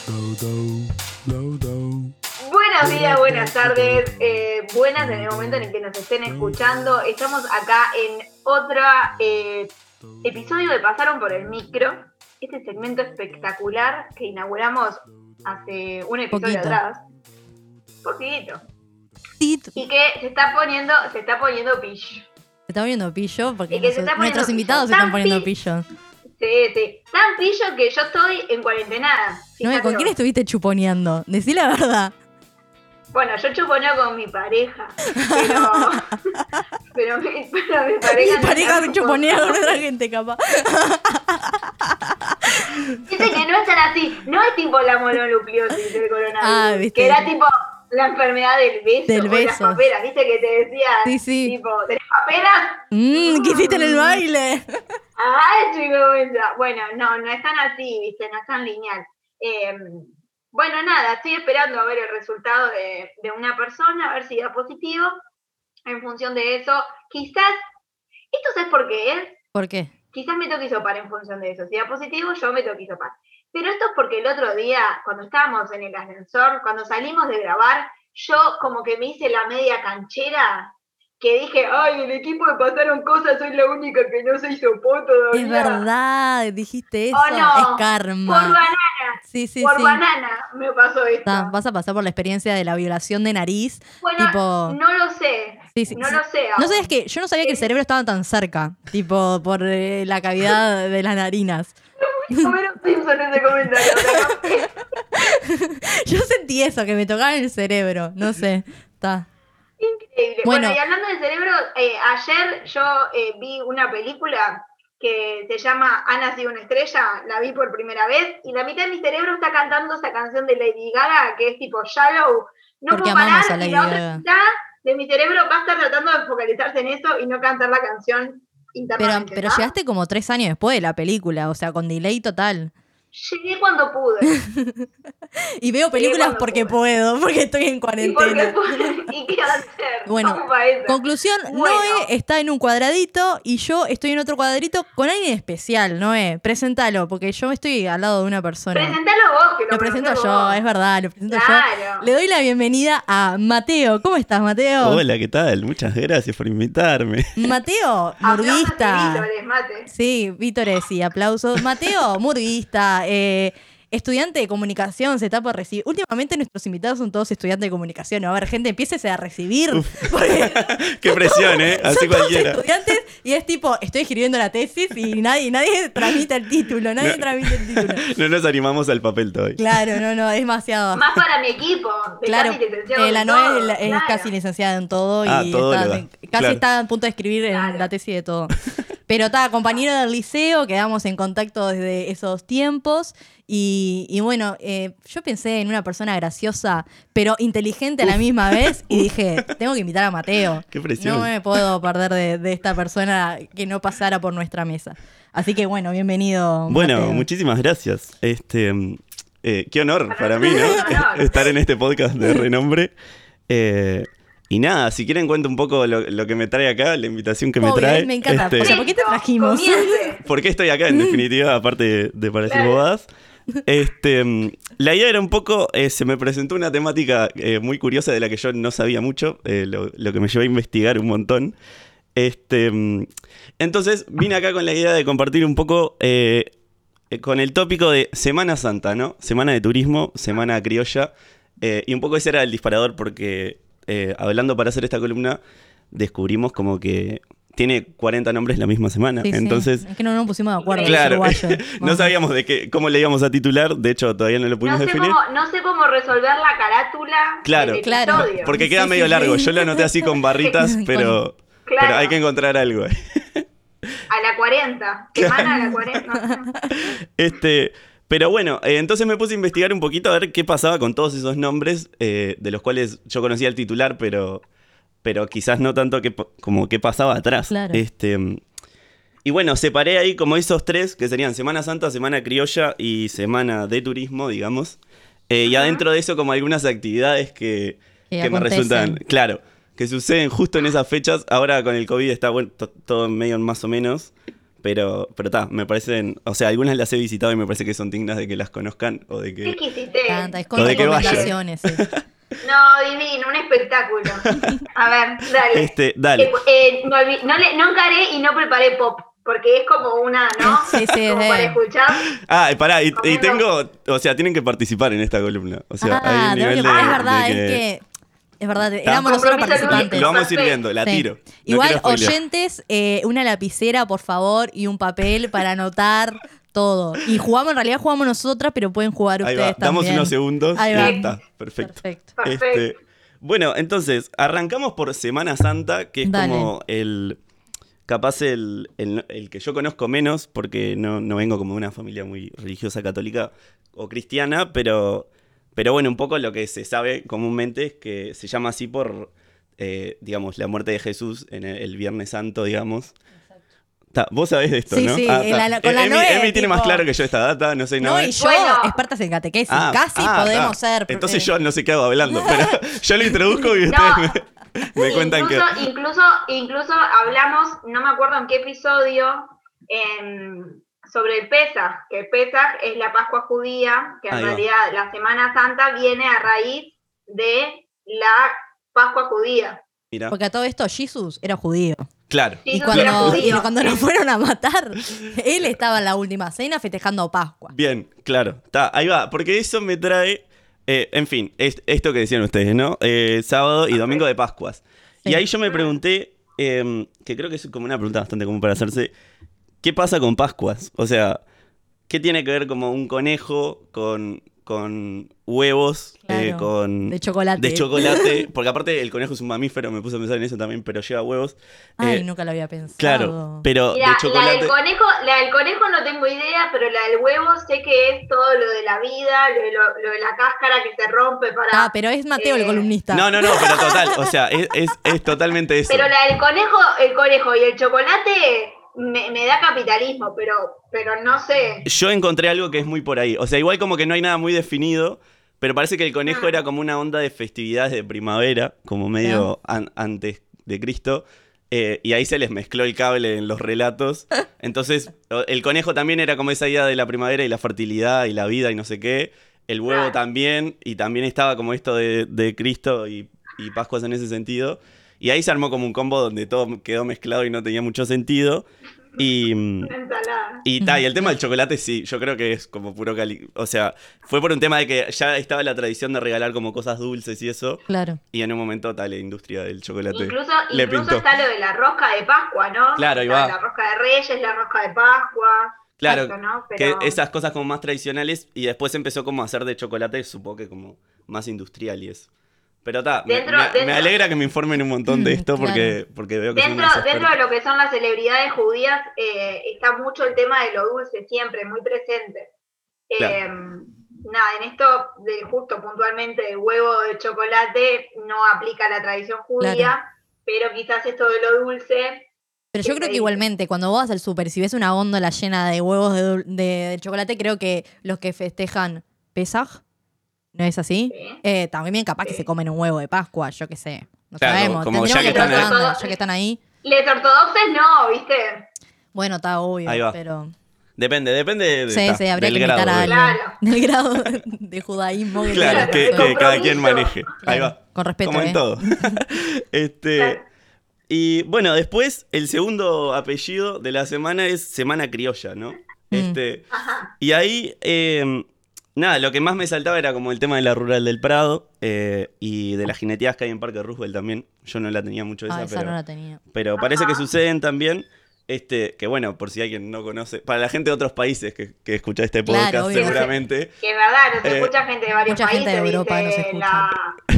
Buenos días, buenas tardes, buenas en el momento en el que nos estén escuchando. Estamos acá en otro episodio de Pasaron por el Micro. Este segmento espectacular que inauguramos hace un episodio atrás. Poquito. Y que se está poniendo pillo. Se está poniendo pillo porque nuestros invitados se están poniendo pillo. Sí. Tan pillo que yo estoy en cuarentena. No, ¿con quién estuviste chuponeando? Decí la verdad. Bueno, yo chuponeo con mi pareja. Pero mi pareja. Mi pareja chuponea con otra gente, capaz. Dice que no es tan así. No es tipo la mononucleosis del coronavirus. ¿viste? Que era tipo la enfermedad del beso. Del beso. Las paperas, ¿viste? Que te decía. Sí. Tipo, ¿tenés paperas? ¿Qué hiciste en el baile? Ay, chico, bueno, no es tan así, ¿viste? No es tan lineal. Bueno, nada, estoy esperando a ver el resultado de una persona, a ver si da positivo. En función de eso, quizás, ¿esto sabes por qué es? ¿Por qué? Quizás me toque hisopar en función de eso. Si da positivo, yo me toque hisopar. Pero esto es porque el otro día, cuando estábamos en el ascensor, cuando salimos de grabar, yo como que me hice la media canchera, que dije, ay, el equipo me pasaron cosas, soy la única que no se hisopó todavía. Es verdad, dijiste eso. Oh, no, es karma. Por banana. Por banana me pasó esto. Vas a pasar por la experiencia de la violación de nariz. Bueno, tipo... no lo sé. No lo sé. No sé, es que yo no sabía que el cerebro estaba tan cerca, tipo, por la cavidad de las narinas. No me Simpson ese comentario. Yo sentí eso, que me tocaba en el cerebro. No sé, está. Increíble. Bueno, y hablando del cerebro, ayer yo vi una película que se llama Ha nacido una estrella, la vi por primera vez, y la mitad de mi cerebro está cantando esa canción de Lady Gaga, que es tipo Shallow. No puedo parar, y la otra mitad de mi cerebro va a estar tratando de focalizarse en eso y no cantar la canción internamente. Pero ¿no? llegaste como 3 años después de la película, o sea, con delay total. Llegué cuando pude. Y veo películas porque puedo, porque estoy en cuarentena. ¿Y qué hacer? Bueno, conclusión, Noé está en un cuadradito y yo estoy en otro cuadradito con alguien especial, Noé. Preséntalo, porque yo estoy al lado de una persona. Presentalo vos, que lo presento yo, vos. Es verdad, lo presento yo. Le doy la bienvenida a Mateo. ¿Cómo estás, Mateo? Hola, ¿qué tal? Muchas gracias por invitarme. Mateo, murguista. Vítores, mate. Sí, vítores, sí, aplausos. Mateo, murguista, estudiante de comunicación, se está por recibir. Últimamente nuestros invitados son todos estudiantes de comunicación. A ver, gente, empiécese a recibir. Qué presión, ¿eh? Así son cualquiera. Todos estudiantes y es tipo, estoy escribiendo la tesis y nadie tramita el título. No nos animamos al papel todavía. Claro, no, es demasiado. Más para mi equipo. Claro, casi licenciado la Noé es casi licenciada en todo y todo casi está a punto de escribir en la tesis de todo. Pero está compañero del liceo, quedamos en contacto desde esos tiempos. Y bueno, yo pensé en una persona graciosa, pero inteligente a la misma vez, y dije, tengo que invitar a Mateo. Qué presión. No me puedo perder de esta persona que no pasara por nuestra mesa. Así que bueno, bienvenido, Bueno, Mateo. muchísimas gracias. Qué honor para mí, ¿no? Estar en este podcast de renombre. Y nada, si quieren cuento un poco lo que me trae acá, la invitación que me trae. Me encanta. O sea, ¿por qué te trajimos? ¿Por qué estoy acá, en definitiva, aparte de para decir bobadas? La idea era un poco, se me presentó una temática muy curiosa de la que yo no sabía mucho, lo que me llevó a investigar un montón. Entonces vine acá con la idea de compartir un poco con el tópico de Semana Santa, ¿no? Semana de turismo, semana criolla, y un poco ese era el disparador porque hablando para hacer esta columna descubrimos como que tiene 40 nombres la misma semana. Sí, Entonces, sí. Es que no nos pusimos de acuerdo. Claro, no sabíamos cómo le íbamos a titular. De hecho, todavía no lo pudimos definir. No sé cómo resolver la carátula del episodio. Porque queda medio largo. Yo lo anoté así con barritas, pero hay que encontrar algo. A la 40. Semana a la 40. Pero bueno, entonces me puse a investigar un poquito a ver qué pasaba con todos esos nombres, de los cuales yo conocía el titular, pero quizás no tanto como qué pasaba atrás. Claro. Y bueno, separé ahí como esos tres, que serían Semana Santa, Semana Criolla y Semana de Turismo, digamos. Y adentro de eso como algunas actividades que me resultan, claro, que suceden justo en esas fechas. Ahora con el COVID está bueno, todo medio más o menos, pero me parecen, o sea, algunas las he visitado y me parece que son dignas de que las conozcan o de que... ¿Qué hiciste? Es con recomendaciones, sí. No, divino, un espectáculo. A ver, dale. Dale. No encaré y no preparé pop, porque es como una, ¿no? Sí, como para escuchar. Pará, y tengo, o sea, tienen que participar en esta columna. O sea, hay un nivel es verdad, es verdad, éramos los solo participantes. Lo vamos a ir viendo, la tiro. Igual, oyentes, una lapicera, por favor, y un papel para anotar todo. Y en realidad jugamos nosotras, pero pueden jugar ustedes también. Damos unos segundos. Ahí va. Está, perfecto. Bueno, entonces, arrancamos por Semana Santa, que es como capaz el que yo conozco menos, porque no vengo como de una familia muy religiosa, católica o cristiana, pero bueno, un poco lo que se sabe comúnmente es que se llama así por, digamos, la muerte de Jesús en el Viernes Santo, digamos. Vos sabés de esto, sí, ¿no? Sí, con la Emi tiene más claro que yo esta data, no sé. No, y yo, expertas en catequesis, casi podemos ser. Entonces yo no sé qué hago hablando, pero yo lo introduzco y ustedes me cuentan que... Incluso hablamos, no me acuerdo en qué episodio, sobre el Pesaj, que el Pesaj es la Pascua judía, que en realidad la Semana Santa viene a raíz de la Pascua judía. Mirá. Porque a todo esto Jesús era judío. Claro. Y cuando nos fueron a matar, él estaba en la última cena festejando Pascua. Bien, claro. Ahí va, porque eso me trae... en fin, esto que decían ustedes, ¿no? Sábado y domingo de Pascuas. Sí. Y ahí yo me pregunté, que creo que es como una pregunta bastante común para hacerse, ¿qué pasa con Pascuas? O sea, ¿qué tiene que ver como un conejo con huevos, claro, de chocolate? Porque aparte el conejo es un mamífero, me puse a pensar en eso también, pero lleva huevos. Ay, nunca lo había pensado. Claro, pero de chocolate... La del conejo no tengo idea, pero la del huevo sé que es todo lo de la vida, lo de la cáscara que se rompe para... pero es Mateo el columnista. No, pero total, o sea, es totalmente eso. Pero la del conejo y el chocolate... Me da capitalismo, pero no sé. Yo encontré algo que es muy por ahí. O sea, igual como que no hay nada muy definido, pero parece que el conejo era como una onda de festividades de primavera, como medio antes de Cristo, y ahí se les mezcló el cable en los relatos. Entonces, el conejo también era como esa idea de la primavera y la fertilidad y la vida y no sé qué. El huevo también, y también estaba como esto de Cristo y Pascuas en ese sentido. Y ahí se armó como un combo donde todo quedó mezclado y no tenía mucho sentido. Y el tema del chocolate, sí, yo creo que es como puro o sea, fue por un tema de que ya estaba la tradición de regalar como cosas dulces y eso. Claro. Y en un momento la industria del chocolate incluso está lo de la rosca de Pascua, ¿no? Claro, ahí va. La rosca de Reyes, la rosca de Pascua. Claro, eso, ¿no? Pero... que esas cosas como más tradicionales y después empezó como a hacer de chocolate, supongo que como más industrial y eso. Pero me alegra que me informen un montón de esto porque veo que dentro de lo que son las celebridades judías está mucho el tema de lo dulce siempre, muy presente. Claro. En esto justo puntualmente el huevo de chocolate no aplica a la tradición judía, pero quizás esto de lo dulce... Pero yo creo que igualmente, cuando vos vas al súper, si ves una góndola llena de huevos de chocolate, creo que los que festejan Pesaj, ¿no es así? Sí. También capaz que se comen un huevo de Pascua, yo qué sé. No sabemos. Como ya que están ahí. Les ortodoxes no, ¿viste? Bueno, está obvio, ahí va. pero... Depende sí, habría que invitar a alguien del grado de judaísmo que cada quien maneje. Claro, ahí va. Con respeto, como en todo. Y bueno, después el segundo apellido de la semana es Semana Criolla, ¿no? Y ahí... lo que más me saltaba era como el tema de la Rural del Prado y de las jineteadas que hay en Parque Roosevelt también. Yo no la tenía mucho esa, pero no la tenía. Pero parece que suceden también. Que bueno, por si alguien no conoce, para la gente de otros países que escucha este podcast, claro, seguramente. Que es verdad, nos escucha gente de varios países. Mucha gente de Europa nos escucha.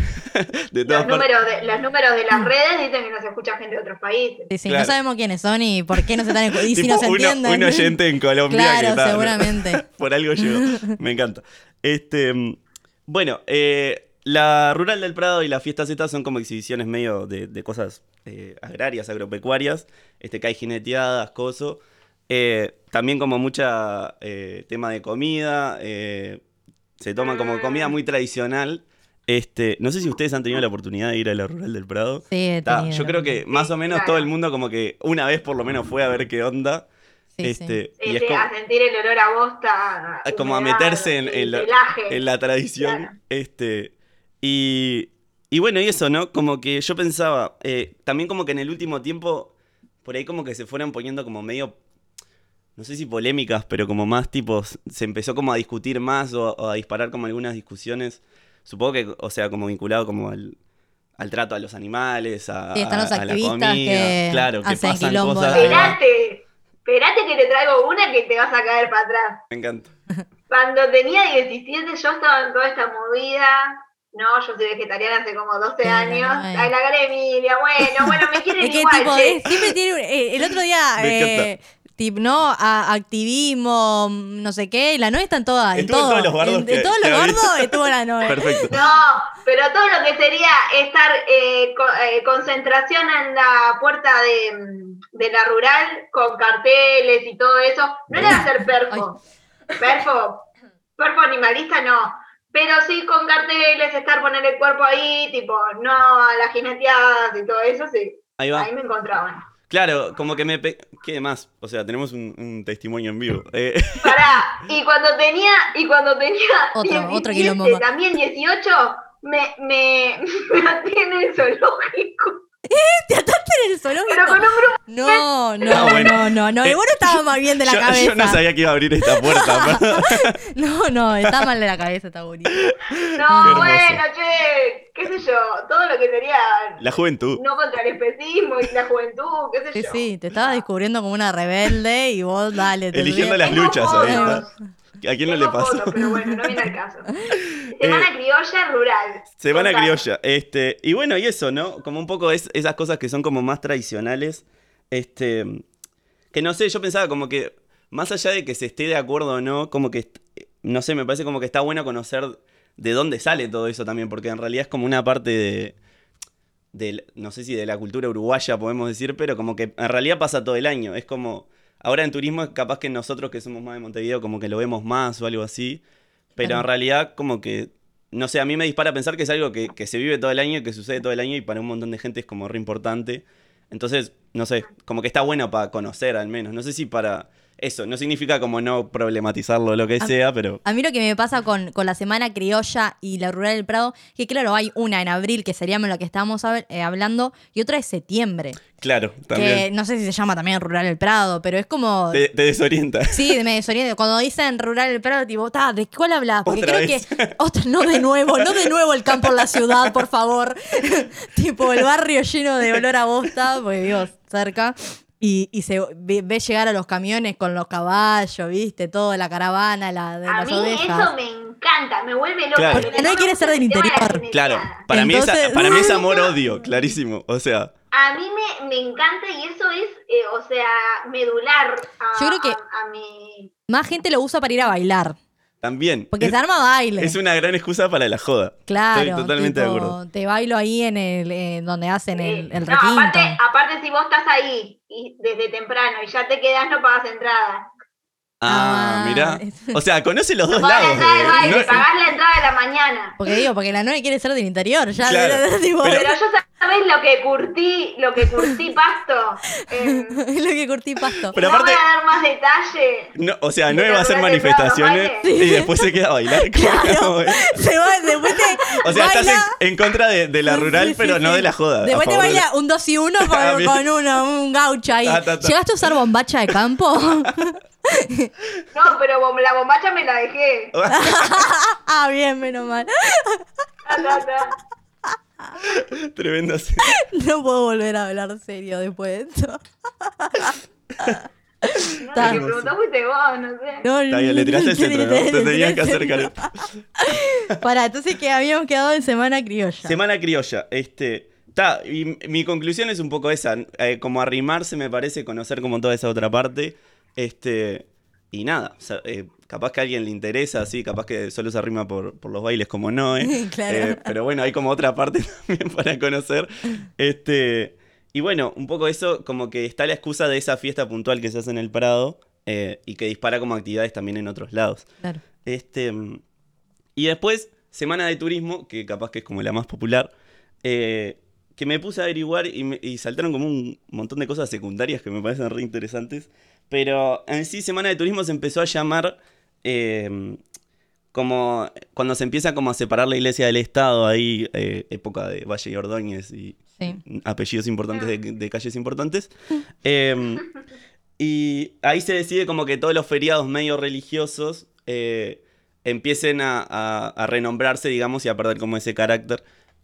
Los números de las redes dicen que nos escucha gente de otros países. Sí, claro. No sabemos quiénes son y por qué nos están escuchando. Y si nos entienden. Un oyente en Colombia. Claro, que tal, seguramente. Por algo llegó. Me encanta. Bueno, la Rural del Prado y la Fiesta Z son como exhibiciones medio de cosas agrarias, agropecuarias. Que hay jineteadas, coso. También como mucha tema de comida. Se toma como comida muy tradicional. No sé si ustedes han tenido la oportunidad de ir a la Rural del Prado. Sí, he tenido. Yo creo que más o menos todo el mundo como que una vez por lo menos fue a ver qué onda. Sí, Y es como, a sentir el olor a bosta. como a humedad, meterse pelaje. en la tradición. Claro. Y bueno, y eso, ¿no? Como que yo pensaba, también como que en el último tiempo, por ahí como que se fueron poniendo como medio, no sé si polémicas, pero como más tipos, se empezó como a discutir más o a disparar como algunas discusiones. Supongo que, o sea, como vinculado como al trato a los animales, Sí, están los a la activistas comida. que Claro, que hacen pasan quilombo. cosas. Esperate que te traigo una que te vas a caer para atrás. Me encanta. Cuando tenía 17 yo estaba en toda esta movida. No, yo soy vegetariana hace como 12 años. Ay, la cara de Emilia, bueno, me quieren es que igual, tipo, che. siempre tiene... el otro día... tipo, ¿no? Activismo, no sé qué. La Noé está en todas. Estuvo en todos los bardos. En todos los bardos estuvo la Noé. Perfecto. No, pero todo lo que sería estar concentración en la puerta de la rural con carteles y todo eso, no era hacer perfo animalista no, pero sí con carteles, poner el cuerpo ahí, tipo, no a las jineteadas y todo eso, sí. Ahí va. Ahí me encontraban. Claro, como que ¿qué más? O sea, tenemos un testimonio en vivo. Pará, y cuando tenía otro 17, también 18, me até en el zoológico. ¿Te ataste en el zoológico? Pero con un grupo. No. Vos no estabas más bien de la cabeza. Yo no sabía que iba a abrir esta puerta. No, está mal de la cabeza, está bonito. No, bueno, che, qué sé yo, todo lo que sería... La juventud. No contra el especismo y la juventud, qué sé yo. Sí, te estabas descubriendo como una rebelde y vos, dale. Eligiendo las luchas ahí. ¿A quién no le pasó? Fotos, pero bueno, no viene al caso. Semana criolla rural. Semana criolla. Y bueno, y eso, ¿no? Como un poco esas cosas que son como más tradicionales. Que no sé, yo pensaba como que, más allá de que se esté de acuerdo o no, como que, no sé, me parece como que está bueno conocer de dónde sale todo eso también, porque en realidad es como una parte de no sé si de la cultura uruguaya podemos decir, pero como que en realidad pasa todo el año. Es como... Ahora en turismo es capaz que nosotros que somos más de Montevideo como que lo vemos más o algo así, pero en realidad como que, no sé, a mí me dispara a pensar que es algo que se vive todo el año, que sucede todo el año y para un montón de gente es como re importante. Entonces, no sé, como que está bueno para conocer al menos. No sé si para... Eso, no significa como no problematizarlo o lo que sea, pero... A mí lo que me pasa con la Semana Criolla y la Rural del Prado, que claro, hay una en abril, que sería lo que estábamos hablando, y otra es septiembre. Claro, también. Que no sé si se llama también Rural del Prado, pero es como... Te desorienta. Sí, me desorienta. Cuando dicen Rural del Prado, tipo, ¿de cuál hablas? Porque ¿Otra creo vez? que... no de nuevo el campo en la ciudad, por favor. Tipo, el barrio lleno de olor a bosta, porque Dios, cerca... Y se ve llegar a los camiones con los caballos, ¿viste? Toda la caravana, de las ovejas. A mí eso me encanta, me vuelve loca. Claro. Porque no quiere ser del interior. Claro, para mí es amor-odio, clarísimo. O sea... A mí me encanta y eso es, medular yo creo que a mi... Más gente lo usa para ir a bailar. También. Porque se arma baile. Es una gran excusa para la joda. Claro. Estoy totalmente de acuerdo. Te bailo ahí en donde hacen el requinto. Aparte si vos estás ahí y desde temprano y ya te quedás, no pagas entrada. Mirá. O sea, conoce los dos pagás lados. La entrada del baile, pagás la entrada de la mañana. Porque la Noe quiere ser del interior. Ya, claro. Pero yo sabés lo que curtí pasto. Lo que curtí pasto. Pero no aparte, voy a dar más detalle. No, o sea, no va a hacer manifestaciones y después se queda a bailar. Claro. Después o sea, baila, estás en contra de la rural, pero no de la joda. Después te baila un 2 y 1 con un gaucho ahí. ¿Llegaste a usar bombacha de campo? No, pero la bombacha me la dejé. Bien, menos mal. Tremendo. No puedo volver a hablar serio después de esto. No, lo que preguntó fuiste vos, no sé. No, le tiraste el centro, ¿no? Te tenías que acercar. Pará, entonces que habíamos quedado en Semana Criolla. Semana Criolla, y mi conclusión es un poco esa, como arrimarse me parece, conocer como toda esa otra parte, y nada, o sea, capaz que a alguien le interesa, sí, capaz que solo se arrima por los bailes como no, Claro. Pero bueno, hay como otra parte también para conocer, y bueno, un poco eso, como que está la excusa de esa fiesta puntual que se hace en el Prado, y que dispara como actividades también en otros lados. Claro. Y después, Semana de Turismo, que capaz que es como la más popular, que me puse a averiguar y saltaron como un montón de cosas secundarias que me parecen re interesantes. Pero en sí, Semana de Turismo se empezó a llamar como cuando se empieza como a separar la iglesia del Estado, ahí época de Valle y Ordóñez y apellidos importantes de calles importantes. Y ahí se decide como que todos los feriados medio religiosos empiecen a renombrarse, digamos, y a perder como ese carácter.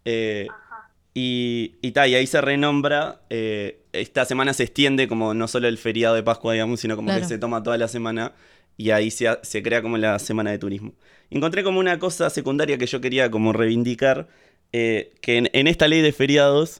Y ahí se renombra. Esta semana se extiende como no solo el feriado de Pascua, digamos, sino como que se toma toda la semana. Y ahí se crea como la Semana de Turismo. Encontré como una cosa secundaria que yo quería como reivindicar, que en esta ley de feriados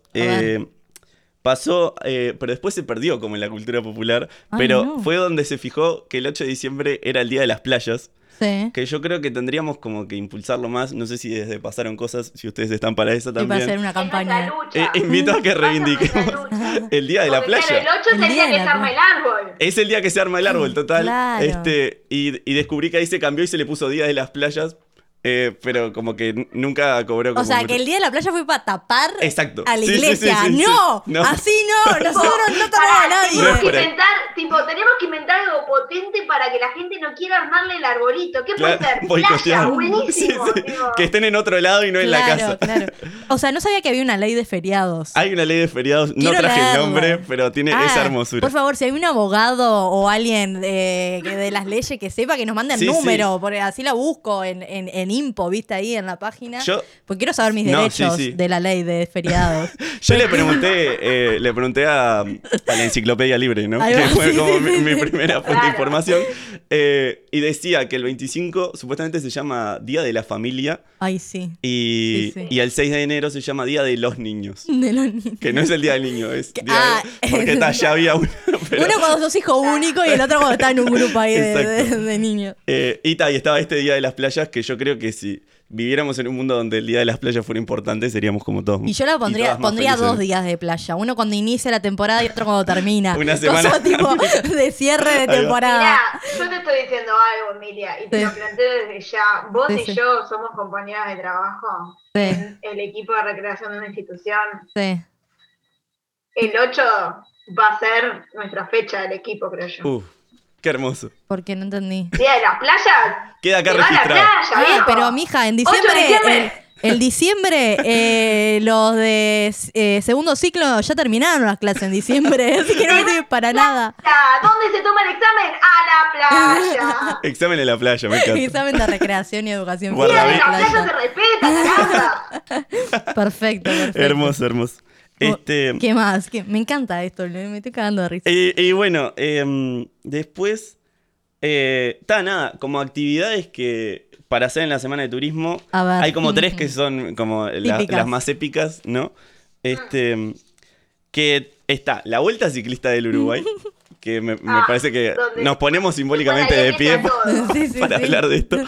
pasó, pero después se perdió como en la cultura popular, pero fue donde se fijó que el 8 de diciembre era el Día de las Playas. Sí. Que yo creo que tendríamos como que impulsarlo más. No sé si desde Pasaron Cosas, si ustedes están para eso también. Y para hacer una campaña. Invito a que reivindiquemos el Día de la Playa. Claro, el 8 es el día que se arma el árbol. Es el día que se arma el árbol, total. Claro. Y descubrí que ahí se cambió y se le puso Día de las Playas. Pero como que nunca cobró como... O sea, que el Día de la Playa fue para tapar a la iglesia. Sí, ¡No! Así no. Nosotros no tapamos a nadie. Tenemos que inventar algo potente para que la gente no quiera armarle el arbolito. ¿Qué puede ser? Playa, buenísimo. Que estén en otro lado y no en la casa. Claro. O sea, no sabía que había una ley de feriados. Hay una ley de feriados. Quiero no traje el nombre, pero tiene esa hermosura. Por favor, si hay un abogado o alguien de las leyes que sepa, que nos mande el número. Porque así la busco en Impo, ¿viste? Ahí en la página. Porque quiero saber mis derechos de la ley de feriados. Yo le pregunté a la Enciclopedia Libre, ¿no? Que fue como mi primera fuente de información. Y decía que el 25 supuestamente se llama Día de la Familia. Ay, sí. Y el 6 de enero se llama Día de los Niños. De los niños. Que no es el Día del Niño, es porque ya había uno. Uno cuando sos hijo único y el otro cuando está en un grupo ahí de niños. Y estaba este Día de las Playas, que yo creo que si viviéramos en un mundo donde el Día de las Playas fuera importante, seríamos como todos. Y yo pondría 2 días de playa. Uno cuando inicia la temporada y otro cuando termina. Una semana. Cosa tipo de cierre de temporada. Mirá, yo te estoy diciendo algo, Emilia, y te lo planteo desde ya. Vos y yo somos compañeras de trabajo en el equipo de recreación de una institución. Sí. El 8 va a ser nuestra fecha del equipo, creo yo. Qué hermoso. ¿Por qué? No entendí. Día de las playas. Queda acá registrado. Playa, pero mija, en diciembre... El diciembre, los de segundo ciclo ya terminaron las clases en diciembre, así que no me sirve para nada. ¿Dónde se toma el examen? A la playa. Examen en la playa, me encanta. Examen de recreación y educación. Día de la playa se respeta, caramba. Perfecto. Hermoso. ¿Qué más? Me encanta esto, me estoy cagando de risa. Y bueno, después, como actividades que para hacer en la Semana de Turismo, hay como 3 que son como las más épicas, ¿no? Que está la Vuelta Ciclista del Uruguay, que me parece que nos ponemos simbólicamente de pie para hablar de esto.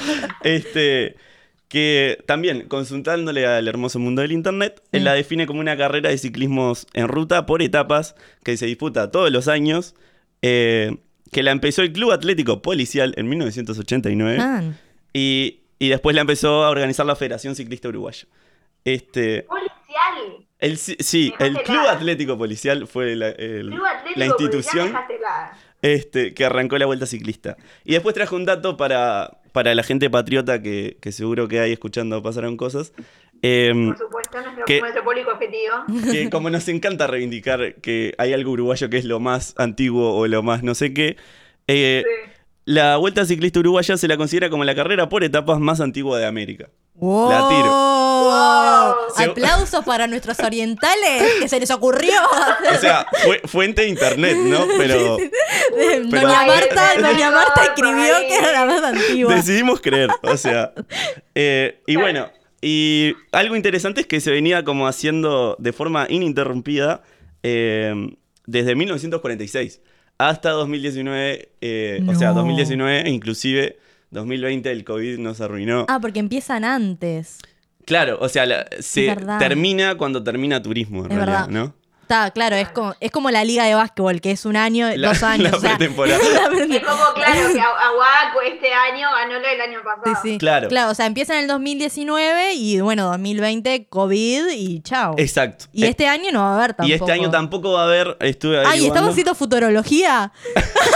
Que también, consultándole al hermoso mundo del internet, él la define como una carrera de ciclismos en ruta por etapas que se disputa todos los años, que la empezó el Club Atlético Policial en 1989 y después la empezó a organizar la Federación Ciclista Uruguaya. ¿Policial? El Club Atlético Policial fue la institución que arrancó la Vuelta Ciclista. Y después trajo un dato para la gente patriota que seguro que hay escuchando Pasaron Cosas. Por supuesto, nuestro público objetivo. Que como nos encanta reivindicar que hay algo uruguayo que es lo más antiguo o lo más no sé qué, la Vuelta Ciclista Uruguaya se la considera como la carrera por etapas más antigua de América. ¡Wow! La tiro. ¡Wow! Aplausos para nuestros orientales que se les ocurrió. O sea, fuente de internet, ¿no? Pero Doña Marta escribió que era la más antigua. Decidimos creer, o sea. Y bueno, y algo interesante es que se venía como haciendo de forma ininterrumpida desde 1946 hasta 2019. O sea, 2019 e inclusive 2020 el COVID nos arruinó. Porque empiezan antes. Claro, o sea, se termina cuando termina turismo, en realidad, verdad. ¿No? Está, claro, es como la liga de básquetbol, que es 1 año, 2 años. La pretemporada. Es como, claro, que Aguaco este año ganó lo del año pasado. Sí. Claro, o sea, empieza en el 2019 y bueno, 2020, COVID y chao. Exacto. Y este año no va a haber tampoco. Y este año tampoco va a haber, estuve ¿estamos haciendo futurología?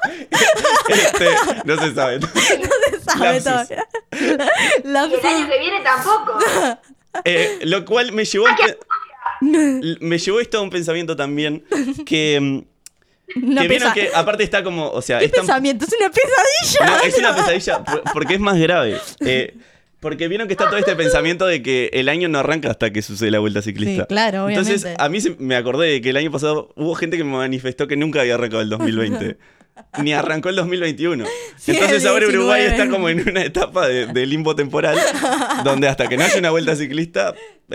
No se sabe. No se sabe todavía. Y el año que viene tampoco. Lo cual me llevó esto a un pensamiento también que vieron que aparte está como, o sea, ¿Qué pensamiento? Es una pesadilla. No, es una pesadilla porque es más grave. Porque vieron que está todo este pensamiento de que el año no arranca hasta que sucede la vuelta ciclista. Sí, claro, obviamente. Entonces, a mí me acordé de que el año pasado hubo gente que me manifestó que nunca había arrancado el 2020. Ni arrancó el 2021. Sí, Entonces el ahora Uruguay 19. está como en una etapa de limbo temporal donde hasta que no haya una vuelta ciclista,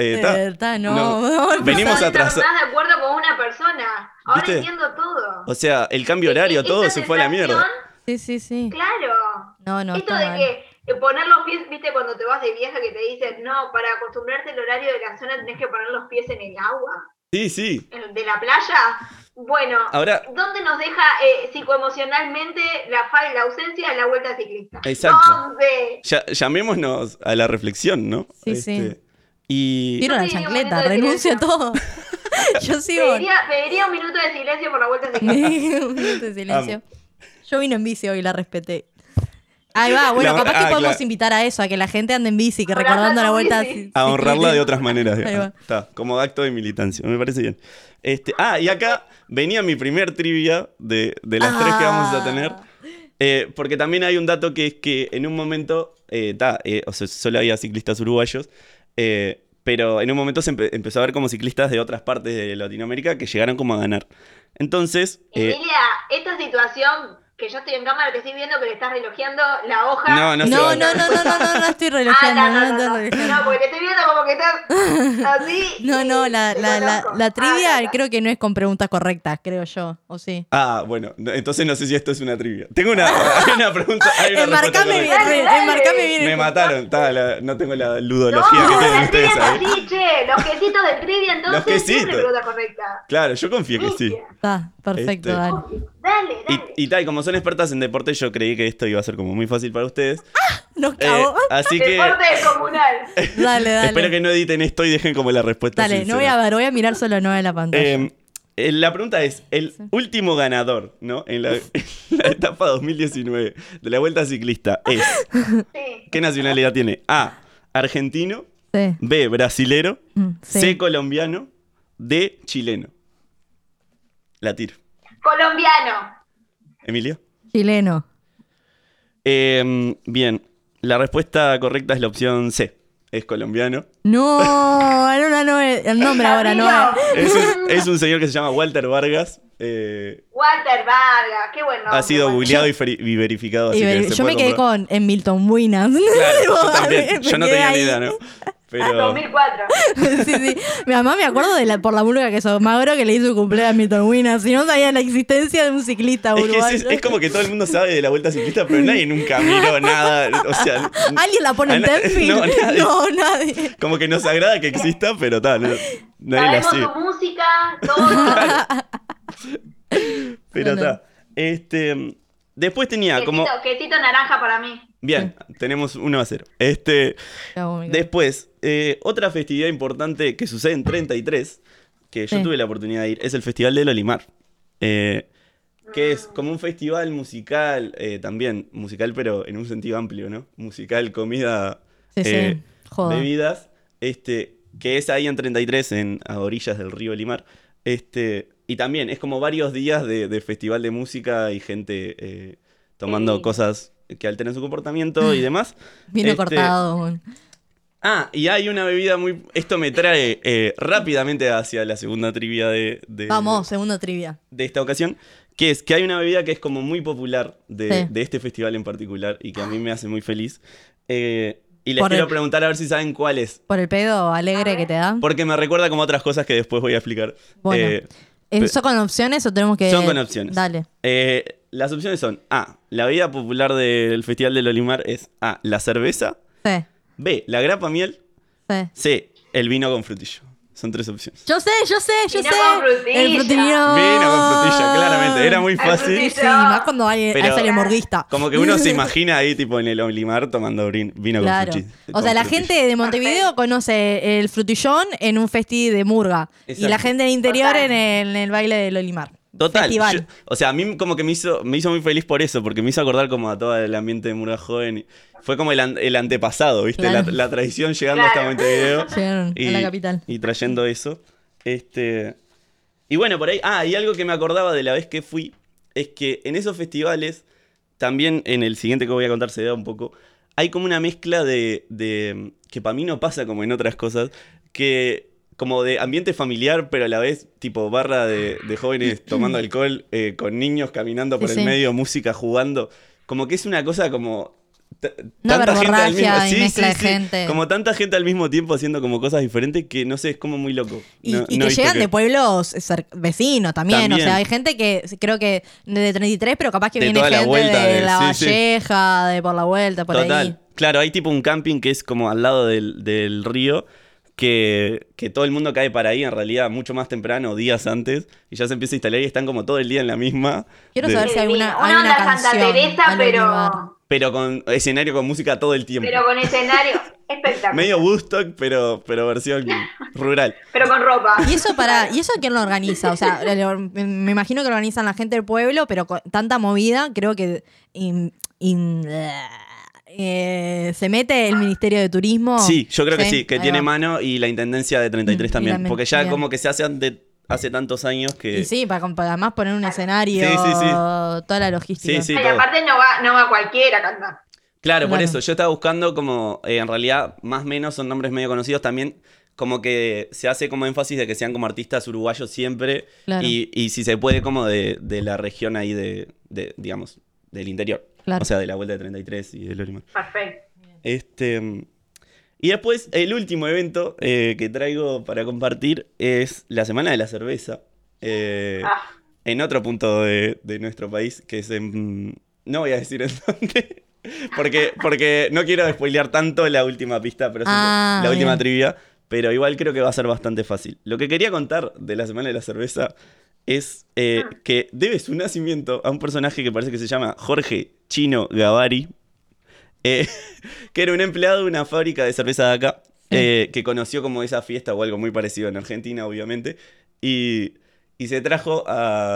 venimos No atrasados. estás de acuerdo con una persona. Ahora ¿Viste? entiendo todo. O sea, el cambio horario, todo Esta se fue a la mierda. Sí. Claro. No, Esto está de mal. que poner los pies, viste, cuando te vas de viaje que te dicen, no, para acostumbrarte al horario de la zona tenés que poner los pies en el agua. Sí. De la playa. Bueno, Ahora, ¿dónde nos deja psicoemocionalmente la ausencia de la vuelta ciclista? Exacto. ¿Dónde? Llamémonos a la reflexión, ¿no? Sí. Y Tiro la Yo pediría un chancleta, minuto de renuncio a silencio. todo. Yo sigo. Pediría un minuto de silencio por la vuelta ciclista. Un minuto de silencio. Yo vine en bici hoy y la respeté. Ahí va, bueno, capaz que podemos invitar a eso, a que la gente ande en bici, que Abrazando recordando la vuelta. bici. a honrarla de otras maneras. Ahí va. Está, como acto de militancia, me parece bien. Y acá venía mi primer trivia de las tres que vamos a tener. Porque también hay un dato que es que en un momento, o sea, solo había ciclistas uruguayos, pero en un momento se empezó a ver como ciclistas de otras partes de Latinoamérica que llegaron como a ganar. Entonces... Emilia, esta situación que yo estoy en cámara, te estoy viendo que le estás relojeando la hoja. No No estoy relojeando. No, porque te estoy viendo como que estás así. No, la conozco. trivia creo que no es con preguntas correctas, creo yo, ¿o sí? Bueno, entonces no sé si esto es una trivia. Tengo una pregunta. Hay una respuesta Enmarcame correcta. enmarcame bien. Me mataron, no tengo la ludología que tienen la trivia ustedes es ahí. así, che. Los quesitos del trivia, entonces, Los quesitos. siempre pregunta correcta. Claro, yo confío que sí. Está, perfecto, dale. Dale. Y como son expertas en deporte, yo creí que esto iba a ser como muy fácil para ustedes. Nos cagó. Así que Deporte comunal. Dale. espero que no editen esto y dejen como la respuesta Dale, no voy a ver, voy a mirar solo no en la pantalla. La pregunta es, el último ganador, ¿no? En la etapa 2019 de la Vuelta Ciclista es... Sí. ¿Qué nacionalidad tiene? A, argentino. Sí. B, brasilero. Sí. C, colombiano. D, chileno. La tiro. Colombiano. ¿Emilio? Chileno. Bien, la respuesta correcta es la opción C. Es colombiano. No es el nombre ahora no es. Es un señor que se llama Walter Vargas. Walter Vargas, qué bueno. Ha sido googleado y verificado. Así que se Yo me puede quedé comprobar. con Milton Winas. Claro, yo también. Me Yo no quedé tenía ni ahí. idea, ¿no? Pero 2004. Sí. Mi mamá me acuerdo por la música que Magro que le hizo cumpleaños a Milton Winas. Si no sabía la existencia de un ciclista es que uruguayo. es como que todo el mundo sabe de la Vuelta Ciclista, pero nadie nunca miró nada. O sea, ¿Alguien la pone en Tenfield? No, nadie. Nadie. Como que nos agrada que exista, pero tal, nadie la Sabemos sigue. tu música, todo. Pero No. está. Después tenía como. Quesito naranja para mí. Bien, tenemos 1-0. Después, otra festividad importante que sucede en 33, que yo Sí. tuve la oportunidad de ir, es el Festival del Olimar. Que es como un festival musical, también musical, pero en un sentido amplio, ¿no? Musical, comida, Sí. Joda. bebidas, que es ahí en 33, a orillas del río Olimar. Y también es como varios días de festival de música y gente tomando Sí. cosas que alteren su comportamiento y demás. Vino cortado. Y hay una bebida muy... Esto me trae rápidamente hacia la segunda trivia de Vamos, segundo trivia. de esta ocasión, que es que hay una bebida que es como muy popular Sí. de este festival en particular y que a mí me hace muy feliz. Y les Por quiero el- preguntar a ver si saben cuál es, Por el pedo alegre que te da. porque me recuerda como otras cosas que después voy a explicar. Bueno. ¿Son con opciones o tenemos que...? Son con opciones. Dale. Las opciones son A, la bebida popular del Festival del Olimar es A, la cerveza, Sí. B, la grapa miel, Sí. C, el vino con frutillo. Son tres opciones. Yo sé. Vino con frutilla. El frutillón. Vino con frutilla, claramente. Era muy fácil. frutilla. Sí, más cuando hay Pero- sale morguista. Como que uno se imagina ahí, tipo, en el Olimar tomando vino Claro. con frutillo. O sea, la gente de Montevideo conoce el frutillón en un festi de murga. Y la Exacto. gente del interior Total. en el baile del Olimar. Total. festival. O sea, a mí como que me hizo muy feliz por eso, porque me hizo acordar como a todo el ambiente de Murga Joven. Fue como el antepasado, ¿viste? Claro. La tradición llegando hasta Montevideo. Llegaron a la capital. Y trayendo eso. Y bueno, por ahí... y algo que me acordaba de la vez que fui, es que en esos festivales, también en el siguiente que voy a contar se da un poco, hay como una mezcla de que para mí no pasa como en otras cosas, que como de ambiente familiar, pero a la vez tipo barra de jóvenes tomando alcohol, con niños caminando por el medio, música jugando. Como que es una cosa como... Una tanta gente al mismo verborragia y mezcla de gente. Como tanta gente al mismo tiempo haciendo como cosas diferentes que no sé, es como muy loco. Y No que he visto llegan de pueblos vecinos también. O sea, hay gente que creo que de 33, pero capaz que de viene toda la gente vuelta de de- La sí, sí. Valleja, de por la vuelta, por Total. ahí. Claro, hay tipo un camping que es como al lado del río, que todo el mundo cae para ahí en realidad mucho más temprano, días antes, y ya se empieza a instalar y están como todo el día en la misma. Quiero saber si hay Una una onda Santa canción. Teresa, al Olivar. Pero con escenario con música todo el tiempo. pero con escenario espectacular. Medio Woodstock, pero versión rural. Pero con ropa. ¿Y eso quién lo organiza? O sea, me imagino que lo organizan la gente del pueblo, pero con tanta movida, creo que se mete el Ministerio de Turismo. Sí, yo creo que sí, que ahí tiene va. mano y la Intendencia de 33 Y también. la Porque ya bien. como que se hace hace tantos años que... Y sí, para además poner un escenario, Sí, sí, sí. toda la logística. Sí, sí. Y todo. aparte no va cualquiera a cantar. Claro, por Claro. eso. Yo estaba buscando como, en realidad, más o menos son nombres medio conocidos también. Como que se hace como énfasis de que sean como artistas uruguayos siempre. Claro. Y si se puede, como de la región ahí digamos, del interior. Claro. O sea, de la Vuelta de 33 y del Olimar. Perfecto. Y después, el último evento que traigo para compartir es la Semana de la Cerveza. En otro punto de nuestro país, que es en... No voy a decir en dónde, porque no quiero spoilear tanto la última pista, pero la última bien. trivia, pero igual creo que va a ser bastante fácil. Lo que quería contar de la Semana de la Cerveza es que debe su nacimiento a un personaje que parece que se llama Jorge Chino Gavari, que era un empleado de una fábrica de cerveza de acá, que conoció como esa fiesta o algo muy parecido en Argentina, obviamente, y se trajo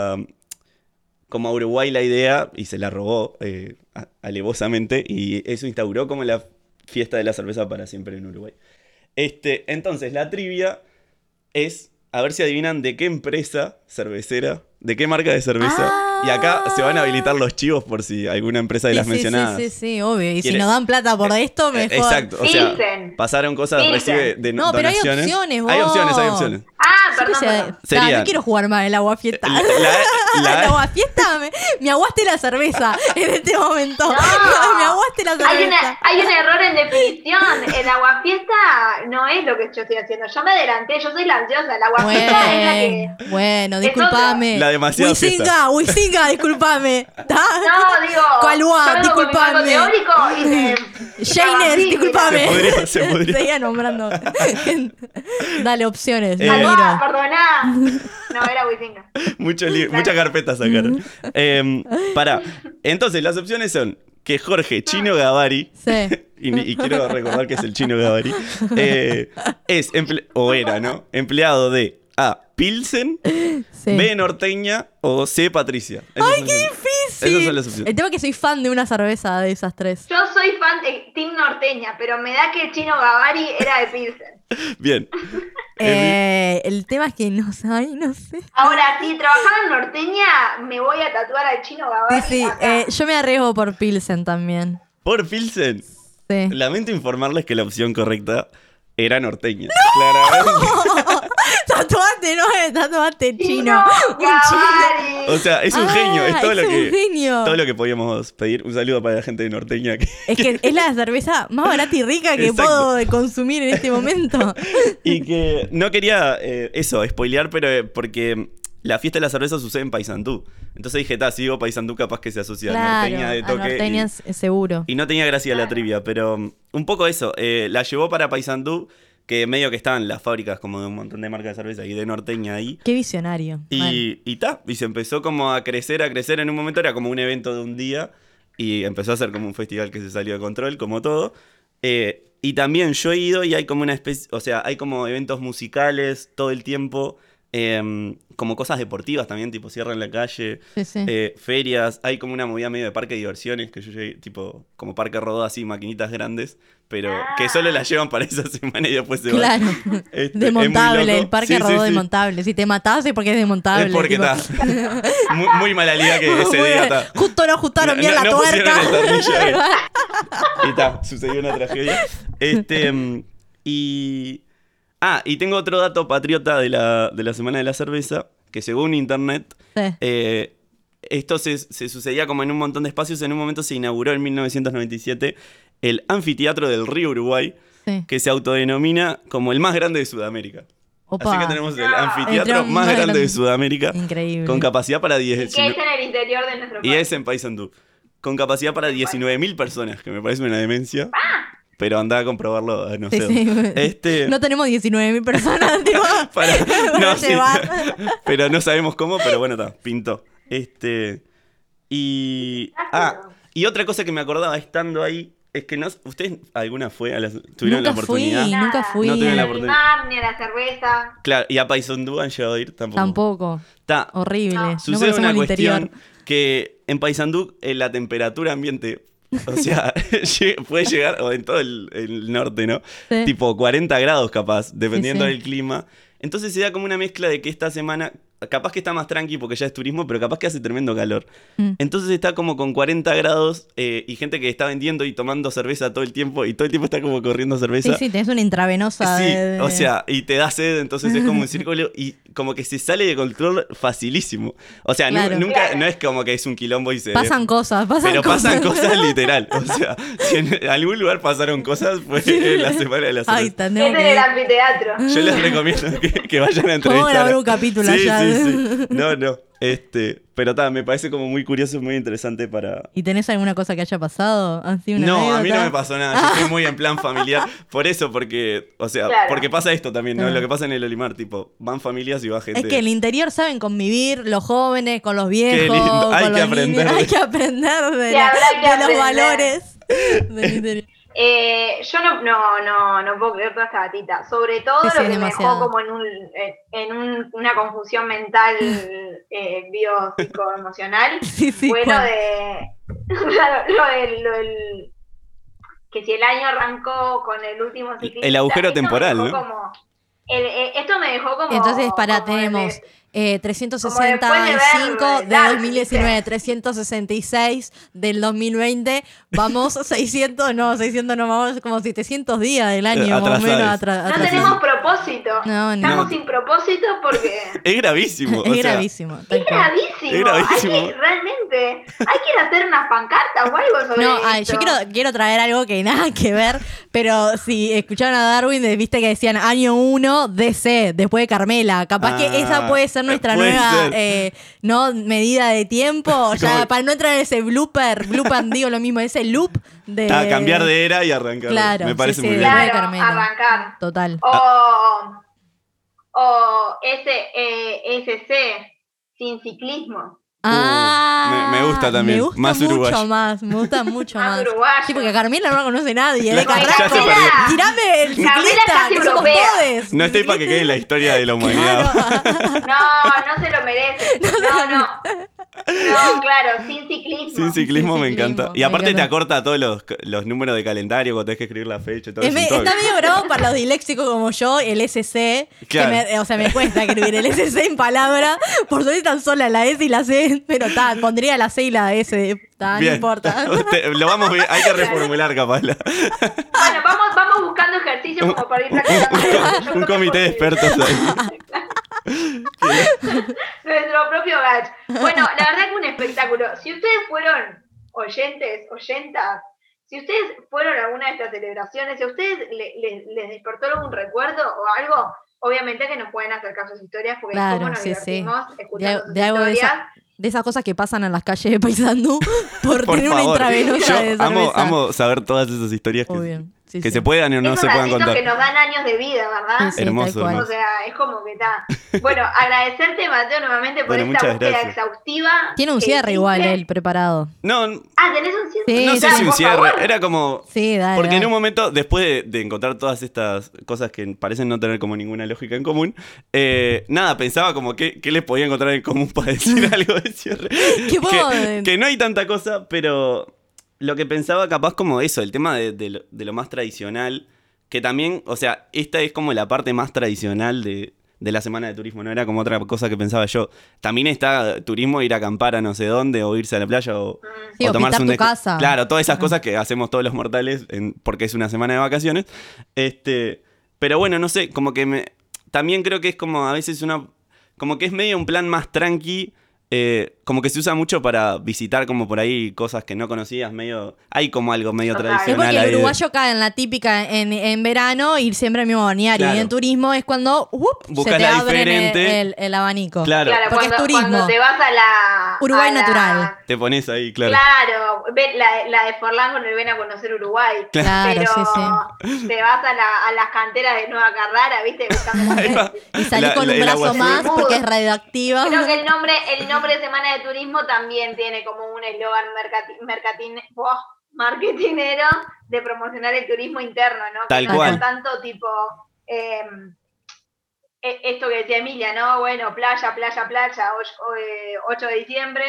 como a Uruguay la idea y se la robó alevosamente, y eso instauró como la fiesta de la cerveza para siempre en Uruguay. Entonces, la trivia es, a ver si adivinan de qué empresa cervecera, de qué marca de cerveza. Y acá se van a habilitar los chivos por si alguna empresa de las mencionadas. Sí, obvio. Y si ¿Quiere? nos dan plata por esto, mejor. Exacto, o sea, Pilsen. pasaron cosas, Pilsen. recibe de No, pero hay donaciones. opciones, vos. Hay opciones. Yo qué sé, Perdón. Sería- no quiero jugar más el agua fiesta. La- El agua fiesta, me aguaste la cerveza en este momento. No. Me aguaste la cerveza. Hay un error en definición. El aguafiesta no es lo que yo estoy haciendo. Yo me adelanté, yo soy la ansiosa. El aguafiesta es la que... Bueno, es disculpame. La demasiada Wisinga, disculpame. No, digo, Cualúa, yo vengo con mi marco disculpame. teórico y te... Jainer, Sí, disculpame. Se podría. Seguía nombrando. Dale opciones, Aló, miro. perdoná. No, era Wisinga. Mucha carpeta sacaron. Pará. Entonces, las opciones son que Jorge Chino Gavari, Sí. y quiero recordar que es el Chino Gavari, es, era, ¿no? Empleado de A, Pilsen, Sí. B, Norteña o C, Patricia. ¡Ay, qué difícil! Esas son las opciones. El tema es que soy fan de una cerveza de esas tres. Yo soy fan de Team Norteña, pero me da que el Chino Gavari era de Pilsen. Bien. El tema es que no sé. Ahora, si trabajaba en Norteña, me voy a tatuar al Chino Gavari. Sí, acá. yo me arriesgo por Pilsen también. Por Pilsen, Sí. lamento informarles que la opción correcta era Norteña. Claramente. Tatuate, chino. Chino Un chino. Gavari. O sea, es un genio, es todo es lo un que... genio. Todo lo que podíamos pedir. Un saludo para la gente de Norteña. Es que es la cerveza más barata y rica que Exacto. puedo consumir en este momento. Y que no quería spoilear, pero porque la fiesta de la cerveza sucede en Paysandú. Entonces dije, si digo Paysandú, capaz que se asocia a Norteña de a toque. Norteña es seguro. Y no tenía gracia la trivia, pero un poco eso. La llevó para Paysandú, que medio que estaban las fábricas como de un montón de marcas de cerveza y de Norteña ahí. Qué visionario. Mal. Y se empezó como a crecer. En un momento era como un evento de un día y empezó a ser como un festival que se salió de control, como todo. Y también yo he ido y hay como una especie, o sea, hay como eventos musicales todo el tiempo como cosas deportivas también, tipo cierra en la calle, Sí. ferias, hay como una movida medio de parque de diversiones, que yo llegué, tipo, como parque rodó así, maquinitas grandes, pero que solo las llevan para esa semana y después se van. Claro. Es muy Desmontable, loco. el parque rodó desmontable. Si te matás es porque es desmontable. Es porque tipo. está muy mala liga que ese día está. Justo no ajustaron bien la tuerca. Pusieron el tornillo ahí. Y está, sucedió una tragedia. Y tengo otro dato patriota de la Semana de la Cerveza, que según internet, Sí. esto se sucedía como en un montón de espacios. En un momento se inauguró en 1997 el Anfiteatro del Río Uruguay, Sí. que se autodenomina como el más grande de Sudamérica. Opa. Así que tenemos el anfiteatro El más grande de Sudamérica. Increíble. Con capacidad para Y que es en el interior de nuestro país. Y es en Paysandú. Con capacidad para 19.000 personas, que me parece una demencia. Pero andá a comprobarlo, no sé. Sí. No tenemos 19.000 personas, tipo, no, sí. llevar. Pero no sabemos cómo, pero bueno, está, pintó. Y otra cosa que me acordaba estando ahí es que ¿ustedes alguna fue tuvieron la oportunidad? Nunca fui. No tuvieron la Ni oportunidad. al mar, ni a la cerveza. Claro, y a Paysandú han llegado a ir tampoco. Tampoco. Está. Horrible. No Sucede conocemos una el cuestión interior. que en Paysandú la temperatura ambiente, o sea, puede llegar, o en todo el norte, ¿no? Sí. Tipo 40 grados capaz, dependiendo Sí. del clima. Entonces se da como una mezcla de que esta semana, capaz que está más tranqui porque ya es turismo, pero capaz que hace tremendo calor. Entonces está como con 40 grados y gente que está vendiendo y tomando cerveza todo el tiempo, y todo el tiempo está como corriendo cerveza. Sí, tenés una intravenosa. Sí, o sea, y te da sed, entonces es como un círculo y como que se sale de control facilísimo. O sea, Claro. nunca, no es como que es un quilombo y se... Pasan cosas. Pero pasan cosas literal. O sea, si en algún lugar pasaron cosas, fue en la Semana de la Cerveza. Ay, Es tenemos en que el ir. anfiteatro. Yo les recomiendo que vayan a entrevistar. Vamos a grabar un capítulo sí, allá. Sí. No. Pero me parece como muy curioso y muy interesante para... ¿Y tenés alguna cosa que haya pasado? ¿Así una No, a mí no anécdota? me pasó nada. Yo estoy muy en plan familiar. Por eso, porque... O sea, Claro. porque pasa esto también, ¿no? Claro. Lo que pasa en el Olimar, tipo, van familias y va gente... Es que en el interior saben convivir los jóvenes con los viejos. Qué lindo. Hay con que los aprender niños. de- Hay que aprender de, Sí, habrá que de los aprender. valores del interior. Yo no puedo creer toda esta gatita. Sobre todo Sí, lo que me demasiado. dejó como una confusión mental biopsicoemocional Sí, fue lo ¿cuál? de lo del que si el año arrancó con el último ciclista. El agujero esto me temporal, dejó ¿no? como- esto me dejó como... Entonces, como tenemos de- 365 de Dark, 2019, ¿viste? 366 del 2020, vamos 600 no, vamos como 700 días del año, más o menos Atrasados. No tenemos propósito. No, Estamos no. sin propósito porque... Es gravísimo. Es o sea, gravísimo. tal Es cual. gravísimo. Es gravísimo. Realmente. Hay que hacer unas pancartas o algo sobre No, esto. yo quiero traer algo que nada que ver, pero si escucharon a Darwin, viste que decían año 1 DC, después de Carmela. Capaz que esa puede ser nuestra puede nueva ser. ¿no? medida de tiempo, ya Como- para no entrar en ese blooper, digo lo mismo, ese loop de... cambiar de era y arrancar. Claro, Me parece sí, muy sí, bien. de Claro, Carmela. arrancar. Total. O SC, sin ciclismo. me gusta también, Me gusta más mucho uruguayo. más, me gusta mucho Más más. uruguayo. Sí, porque a Carmela no la conoce nadie, La- de ya se Carrasco. perdió. Tirame el Carmela ciclista, casi que somos europea. todes. No estoy para que quede en la historia de la humanidad. No se lo merece. No, claro, sin ciclismo. Sin ciclismo Sin me ciclismo, encanta. Y me aparte te encanta. acorta todos los números de calendario cuando tenés que escribir la fecha y todo eso. Está medio bravo para los diléxicos como yo, el SC. Claro. Me cuesta escribir el SC en palabra. Por suerte tan sola la S y la C, pero pondría la C y la S. No Bien. importa. Lo vamos bien. Hay que reformular capaz. Bueno, vamos buscando ejercicios como para ir practicando. Un comité de expertos ahí. Nuestro propio batch. Bueno, la verdad que un espectáculo. Si ustedes fueron oyentas, si ustedes fueron a alguna de estas celebraciones, si a ustedes les despertó algún recuerdo o algo, obviamente que nos pueden acercar sus historias porque Claro, cómo nos sí, divertimos escuchando sus De algo de historias. de esas cosas que pasan en las calles de Paysandú por tener una favor. intravenosa Yo de cerveza. amo saber todas esas historias que Obvio. Sí, que sí. se puedan o no Esos se puedan ratitos contar. que nos dan años de vida, ¿verdad? Sí, Hermoso, tal cual. O sea, es como que está. Bueno, agradecerte, Mateo, nuevamente por Bueno, esta muchas búsqueda gracias. exhaustiva. Tiene un que cierre igual hiciste. él preparado. No, ¿Tenés un cierre? Sí, no sé si un por cierre, favor. era como... Sí, dale. Porque en dale. un momento, después de encontrar todas estas cosas que parecen no tener como ninguna lógica en común, nada, pensaba como qué les podía encontrar en común para decir algo de cierre. ¿Qué puedo- que no hay tanta cosa, pero lo que pensaba capaz como eso, el tema de lo más tradicional, que también, o sea, esta es como la parte más tradicional de la semana de turismo, no era como otra cosa que pensaba yo. También está turismo, ir a acampar a no sé dónde, o irse a la playa, o, Sí, o pintar tu desca- casa. Claro, todas esas Ajá. cosas que hacemos todos los mortales porque es una semana de vacaciones. Pero bueno, no sé, como que también creo que es como a veces como que es medio un plan más tranqui. Como que se usa mucho para visitar como por ahí cosas que no conocías, hay como algo medio Total. Es tradicional porque el ahí de- uruguayo cae en la típica en verano ir siempre al mismo balneario. Claro. Y en turismo es cuando Buscas se te la abre diferente. el abanico. Claro, Claro, Porque es turismo. cuando te vas a la... Uruguay a la- natural. te pones ahí, claro. Claro, la de Forlán con el Ven a conocer Uruguay. Claro, pero sí, te vas a las canteras de Nueva Carrara, ¿viste? Buscando Ahí va. Y salí con un el brazo agua más azul. porque es radioactiva. Creo que el nombre de Semana de Turismo también tiene como un eslogan marketinero de promocionar el turismo interno, ¿no? Tal que no cual. sea tanto tipo esto que decía Emilia, ¿no? Bueno, playa, 8 de diciembre,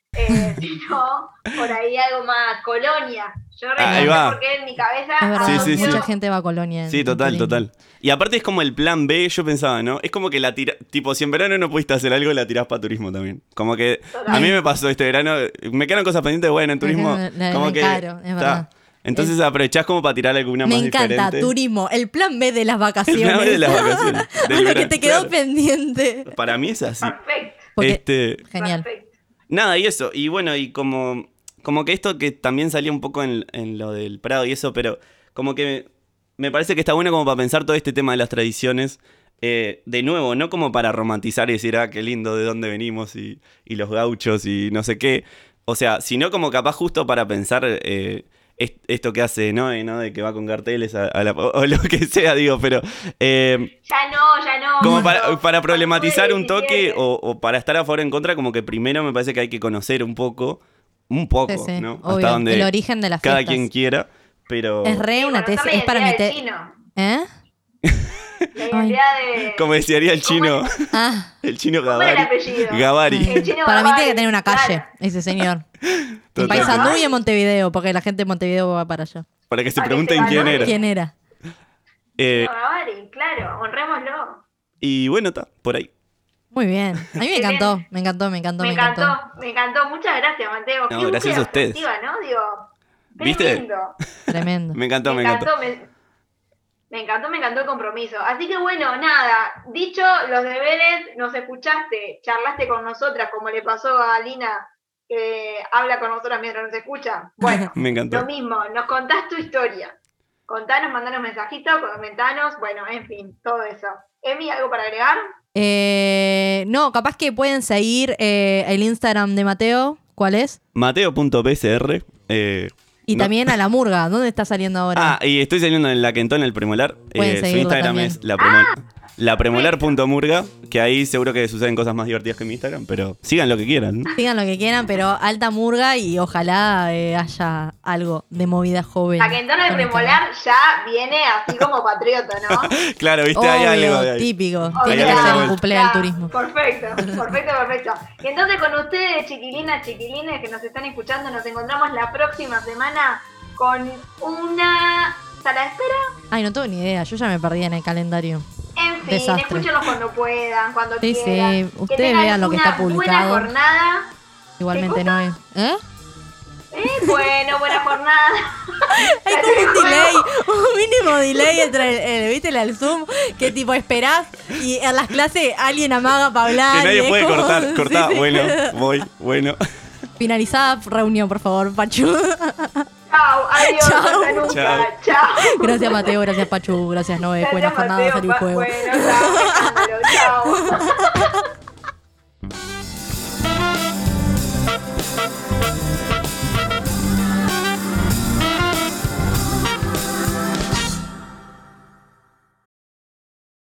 sino por ahí algo más colonia. Yo Ahí no sé va. por qué en mi cabeza Es verdad, Sí, sí, mucha sí. gente va a Colonia. Sí, en total, turismo. total. Y aparte es como el plan B, yo pensaba, ¿no? Es como que tipo, si en verano no pudiste hacer algo, la tirás para turismo también. Como que Total. a mí me pasó este verano, me quedaron cosas pendientes, bueno, en turismo, como que... Claro, es verdad. Entonces aprovechás como para tirar alguna Me más encanta, diferente. turismo, el plan B de las El vacaciones. plan B de las vacaciones, del Lo que verano, te quedó claro. pendiente. Para mí es así. Perfecto. Porque- Genial. Perfecto. Nada, y eso. Y bueno, y como que esto que también salía un poco en lo del Prado y eso, pero como que me parece que está bueno como para pensar todo este tema de las tradiciones. De nuevo, no como para romantizar y decir, qué lindo, de dónde venimos y los gauchos y no sé qué. O sea, sino como capaz justo para pensar esto que hace Noé, ¿no? De que va con carteles o lo que sea, digo, pero... Ya no. Como no. para problematizar un 17. toque o para estar a favor o en contra, como que primero me parece que hay que conocer un poco, Sí, sí, ¿no? obvio, Hasta donde el origen de las cada fiestas. quien quiera, pero Es re Sí, una conocer tesis, la es para identidad meter... del chino. ¿Eh? La identidad de... como decía el chino, Ah, el chino ¿Cómo era el Gavari. apellido? Gavari. El chino para mí Gavari, tiene que tener una calle, claro. ese señor. En Total. Paysandú y en Montevideo, porque la gente de Montevideo va para allá. Para que se Para que pregunten se quién valore. era. ¿Quién era? Eh, Chino Gavari, claro, honrémoslo. y bueno, está, por ahí. Muy bien. A mí me Qué encantó, bien. me encantó. Me encantó. Muchas gracias, Mateo. No, Qué gracias búsqueda a ustedes. objetiva, ¿no? Digo, ¿Viste? tremendo. Tremendo. Me encantó, me encantó. Me encantó el compromiso. Así que bueno, nada, dicho los deberes, nos escuchaste, charlaste con nosotras, como le pasó a Lina, que habla con nosotras mientras nos escucha. Bueno, Me encantó. lo mismo, nos contás tu historia. Contanos, mandanos mensajitos, comentanos, bueno, en fin, todo eso. Emi, ¿algo para agregar? No, capaz que pueden seguir el Instagram de Mateo. ¿Cuál es? Mateo.pcr. Y no. también a la murga. ¿Dónde está saliendo ahora? Y estoy saliendo en la Quentón, el Premolar. Pueden Su seguirlo Instagram también. es lapremolar.murga, que ahí seguro que suceden cosas más divertidas que en mi Instagram, pero sigan lo que quieran. ¿no? Sigan lo que quieran, pero alta murga y ojalá haya algo de movida joven. La Quentona de con esto. Premolar ya viene así como patriota, ¿no? Claro, viste, hay algo de Obvio, ahí. típico. O Tiene Hay que algo ser de un vuelta. cumple del turismo. Perfecto. Y entonces con ustedes, chiquilinas, chiquilines que nos están escuchando, nos encontramos la próxima semana con una sala de espera. Ay, no tengo ni idea. Yo ya me perdí en el calendario. En fin, Desastre. escúchenos cuando puedan, cuando Sí, quieran. sí, Que ustedes tengan vean lo que una está publicado. Buena jornada. Igualmente no es. ¿Eh? Bueno, buena jornada. Hay como un delay, un mínimo delay entre ¿viste el Zoom? Que tipo esperás y en las clases alguien amaga para hablar. Que y nadie es puede como- cortar. Sí, Cortá, sí. bueno, voy, bueno. Finalizada reunión, por favor, Pachu. Chao, adiós, Chao. hasta nunca. Chao. Chao. Gracias, Mateo. Gracias, Pachu. Gracias, Noé. Buena Gracias, jornada. Mateo. Feliz juego. Bueno, chao. Chao.